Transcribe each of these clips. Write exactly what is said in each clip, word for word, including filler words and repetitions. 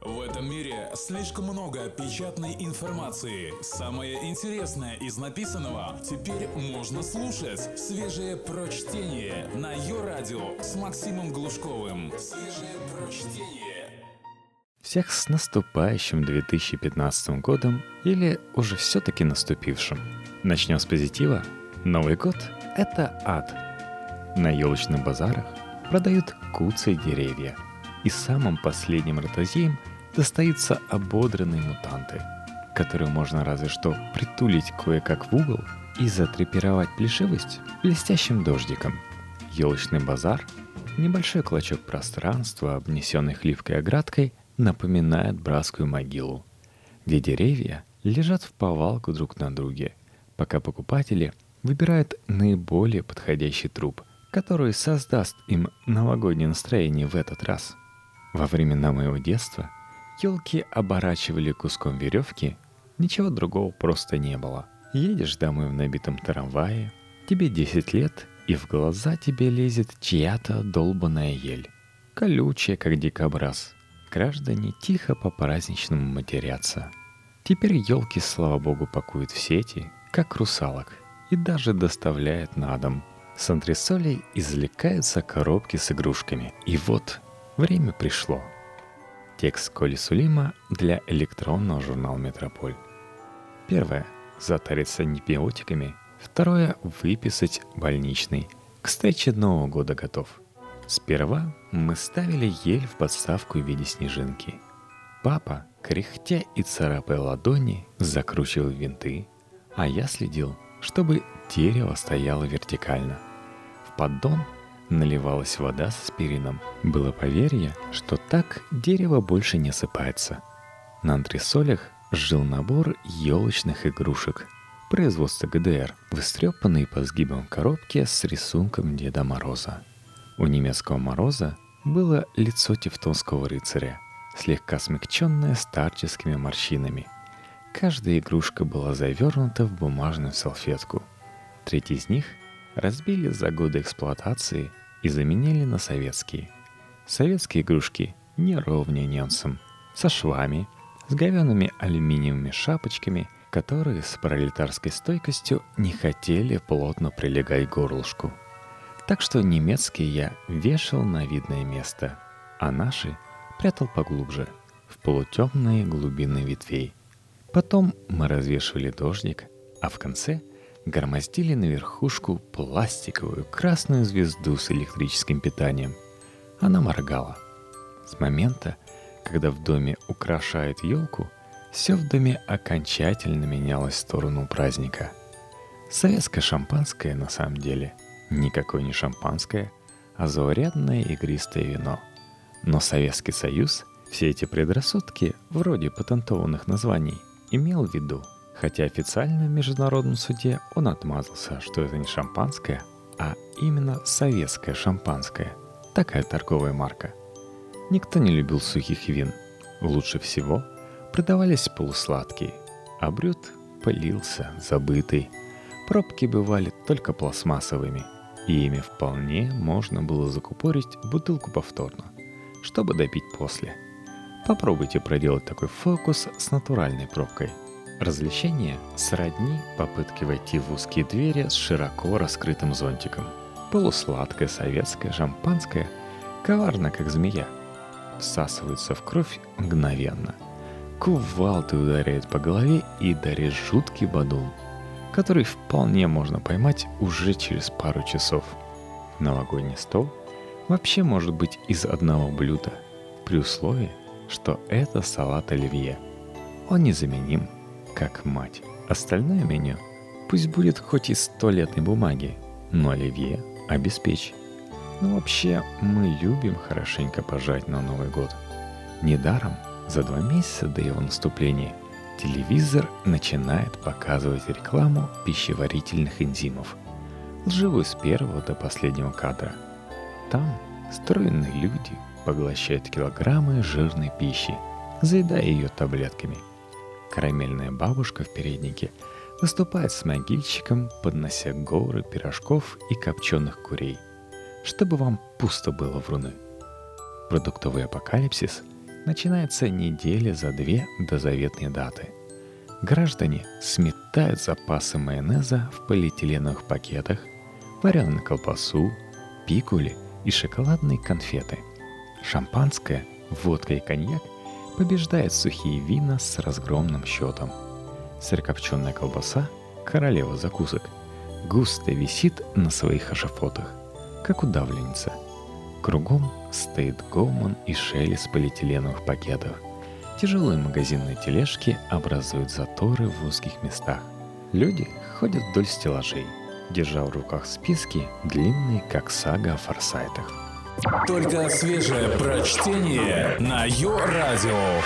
В этом мире слишком много печатной информации. Самое интересное из написанного теперь можно слушать. Свежее прочтение на Йо-Радио с Максимом Глушковым. Свежее прочтение. Всех с наступающим две тысячи пятнадцатым годом или уже все-таки наступившим. Начнем с позитива. Новый год – это ад. На елочных базарах продают куцы и деревья. И самым последним ротозеям достаются ободранные мутанты, которые можно разве что притулить кое-как в угол и затрепировать плешивость блестящим дождиком. Елочный базар, небольшой клочок пространства, обнесенный хлипкой оградкой, напоминает братскую могилу, где деревья лежат в повалку друг на друге, пока покупатели выбирают наиболее подходящий труп, который создаст им новогоднее настроение в этот раз. Во времена моего детства елки оборачивали куском веревки, ничего другого просто не было. Едешь домой в набитом трамвае, тебе десять лет, и в глаза тебе лезет чья-то долбаная ель, колючая, как дикобраз. Граждане тихо по-праздничному матерятся. Теперь елки, слава богу, пакуют в сети, как русалок, и даже доставляют на дом. С антресолей извлекаются коробки с игрушками. И вот время пришло. Текст Коли Сулима для электронного журнала «Метрополь». Первое. Затариться антибиотиками. Второе. Выписать больничный. К встрече Нового года готов. Сперва мы ставили ель в подставку в виде снежинки. Папа, кряхтя и царапая ладони, закручивал винты, а я следил, чтобы дерево стояло вертикально. В поддон наливалась вода с аспирином. Было поверье, что так дерево больше не осыпается. На антресолях жил набор елочных игрушек. Производство ГДР, выстрепанные по сгибам коробки с рисунком Деда Мороза. У немецкого Мороза было лицо тевтонского рыцаря, слегка смягченное старческими морщинами. Каждая игрушка была завернута в бумажную салфетку. Треть из них разбили за годы эксплуатации и заменили на советские. Советские игрушки не ровнее немцам, со швами, с говяными алюминиевыми шапочками, которые с пролетарской стойкостью не хотели плотно прилегать к горлышку. Так что немецкие я вешал на видное место, а наши прятал поглубже, в полутемные глубины ветвей. Потом мы развешивали дождик, а в конце громоздили на верхушку пластиковую красную звезду с электрическим питанием. Она моргала. С момента, когда в доме украшают елку, все в доме окончательно менялось в сторону праздника. Советское шампанское на самом деле никакое не шампанское, а заурядное игристое вино. Но Советский Союз все эти предрассудки, вроде патентованных названий, имел в виду, хотя официально в международном суде он отмазался, что это не шампанское, а именно советское шампанское, такая торговая марка. Никто не любил сухих вин. Лучше всего продавались полусладкие, а брют пылился, забытый. Пробки бывали только пластмассовыми, и ими вполне можно было закупорить бутылку повторно, чтобы допить после. Попробуйте проделать такой фокус с натуральной пробкой. Развлечение сродни попытке войти в узкие двери с широко раскрытым зонтиком. Полусладкое советское шампанское, коварно как змея, всасывается в кровь мгновенно. Кувалдой ударяет по голове и дарит жуткий бадун, который вполне можно поймать уже через пару часов. Новогодний стол вообще может быть из одного блюда, при условии, что это салат оливье. Он незаменим, как мать. Остальное меню пусть будет хоть из туалетной бумаги, но оливье обеспечь. Но вообще мы любим хорошенько пожрать на Новый год. Недаром за два месяца до его наступления телевизор начинает показывать рекламу пищеварительных энзимов, лживую с первого до последнего кадра. Там стройные люди поглощают килограммы жирной пищи, заедая ее таблетками. Карамельная бабушка в переднике выступает с могильщиком, поднося горы пирожков и копченых курей, чтобы вам пусто было, вруны. Продуктовый апокалипсис начинается недели за две до заветной даты. Граждане сметают запасы майонеза в полиэтиленовых пакетах, вареную колбасу, пикули и шоколадные конфеты. Шампанское, водка и коньяк побеждают сухие вина с разгромным счетом. Сырокопченая колбаса, королева закусок, густо висит на своих эшафотах, как удавленница. Кругом стоит гомон и шелест полиэтиленовых пакетов. Тяжелые магазинные тележки образуют заторы в узких местах. Люди ходят вдоль стеллажей, держа в руках списки, длинные, как сага о форсайтах. Только свежее прочтение на Йо-Радио.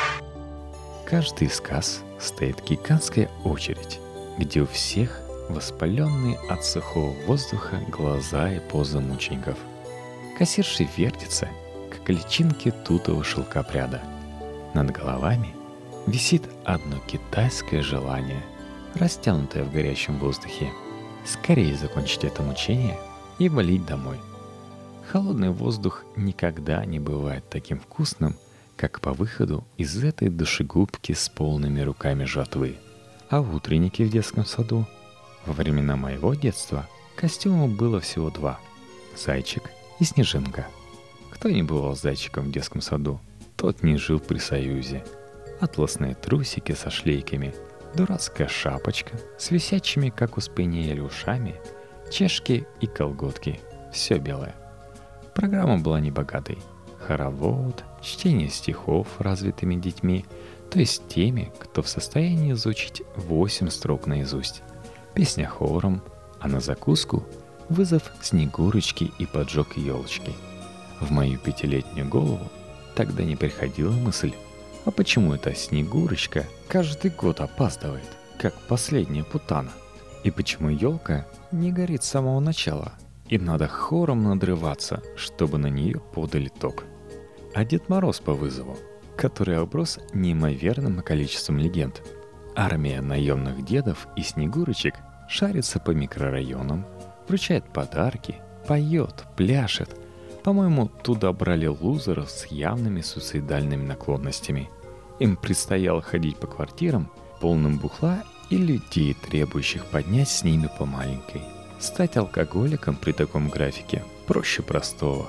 Каждый из касс стоит гигантская очередь, где у всех воспаленные от сухого воздуха глаза и позы мучеников. Кассирши вертятся, как личинки тутового шелкопряда. Над головами висит одно китайское желание, растянутое в горячем воздухе. Скорее закончить это мучение и валить домой. Холодный воздух никогда не бывает таким вкусным, как по выходу из этой душегубки с полными руками жатвы. А утренники в детском саду? Во времена моего детства костюмов было всего два – зайчик и снежинка. Кто не бывал с зайчиком в детском саду, тот не жил при Союзе. Атласные трусики со шлейками, дурацкая шапочка с висячими, как у спаниеля, ушами, чешки и колготки – все белое. Программа была небогатой. Хоровод, чтение стихов развитыми детьми, то есть теми, кто в состоянии изучить восемь строк наизусть. Песня хором, а на закуску – вызов Снегурочки и поджог елочки. В мою пятилетнюю голову тогда не приходила мысль, а почему эта Снегурочка каждый год опаздывает, как последняя путана? И почему елка не горит с самого начала? И надо хором надрываться, чтобы на нее подали ток. А Дед Мороз по вызову, который оброс неимоверным количеством легенд. Армия наемных дедов и снегурочек шарится по микрорайонам, вручает подарки, поет, пляшет. По-моему, туда брали лузеров с явными суицидальными наклонностями. Им предстояло ходить по квартирам, полным бухла и людей, требующих поднять с ними по маленькой. Стать алкоголиком при таком графике проще простого.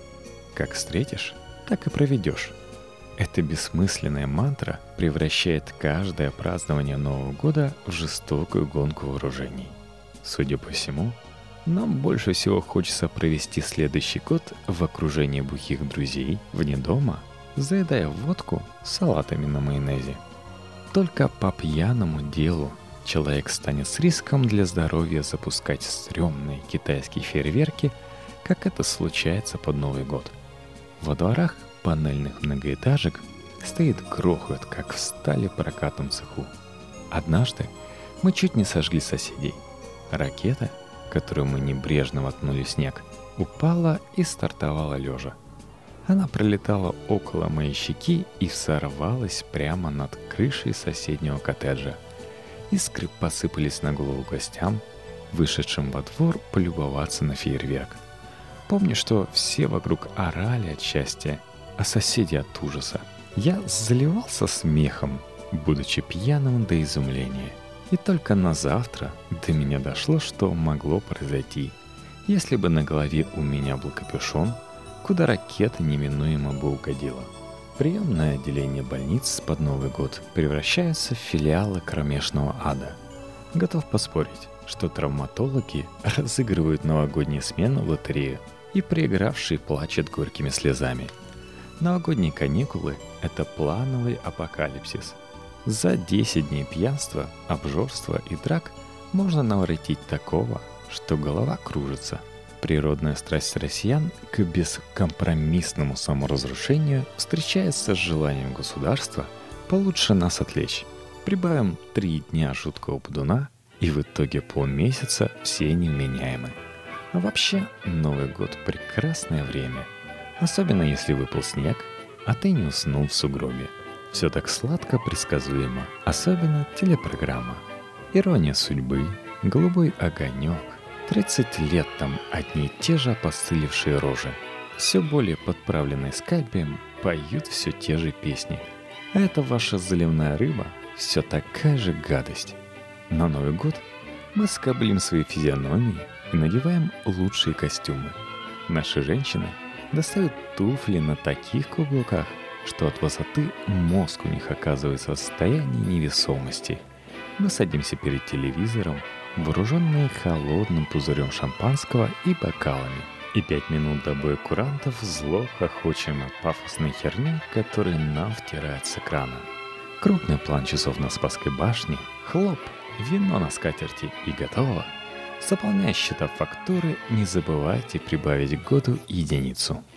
Как встретишь, так и проведешь. Эта бессмысленная мантра превращает каждое празднование Нового года в жестокую гонку вооружений. Судя по всему, нам больше всего хочется провести следующий год в окружении бухих друзей, вне дома, заедая водку салатами на майонезе. Только по пьяному делу человек станет с риском для здоровья запускать стрёмные китайские фейерверки, как это случается под Новый год. Во дворах панельных многоэтажек стоит грохот, как в стали прокатном цеху. Однажды мы чуть не сожгли соседей. Ракета, которую мы небрежно воткнули в снег, упала и стартовала лежа. Она пролетала около моей щеки и взорвалась прямо над крышей соседнего коттеджа. Искры посыпались на голову гостям, вышедшим во двор полюбоваться на фейерверк. Помню, что все вокруг орали от счастья, а соседи от ужаса. Я заливался смехом, будучи пьяным до изумления. И только на завтра до меня дошло, что могло произойти, если бы на голове у меня был капюшон, куда ракета неминуемо бы угодила. Приемное отделение больниц под Новый год превращается в филиалы кромешного ада. Готов поспорить, что травматологи разыгрывают новогоднюю смену в лотерею, и проигравший плачет горькими слезами. Новогодние каникулы – это плановый апокалипсис. За десять дней пьянства, обжорства и драк можно наворотить такого, что голова кружится. Природная страсть россиян к бескомпромиссному саморазрушению встречается с желанием государства получше нас отвлечь. Прибавим три дня жуткого бодуна, и в итоге полмесяца все невменяемы. А вообще, Новый год – прекрасное время. Особенно если выпал снег, а ты не уснул в сугробе. Все так сладко предсказуемо, особенно телепрограмма. Ирония судьбы, голубой огонек. тридцать лет там одни и те же опостылевшие рожи, все более подправленные скальпелем поют все те же песни. А эта ваша заливная рыба все такая же гадость. На Новый год мы скоблим свои физиономии и надеваем лучшие костюмы. Наши женщины достают туфли на таких каблуках, что от высоты мозг у них оказывается в состоянии невесомости. Мы садимся перед телевизором, вооруженные холодным пузырем шампанского и бокалами. И пять минут до боя курантов зло хохочем от пафосной херни, которая нам втирает с экрана. Крупный план часов на Спасской башне, хлоп, вино на скатерти и готово. Заполняя счета фактуры, не забывайте прибавить к году единицу.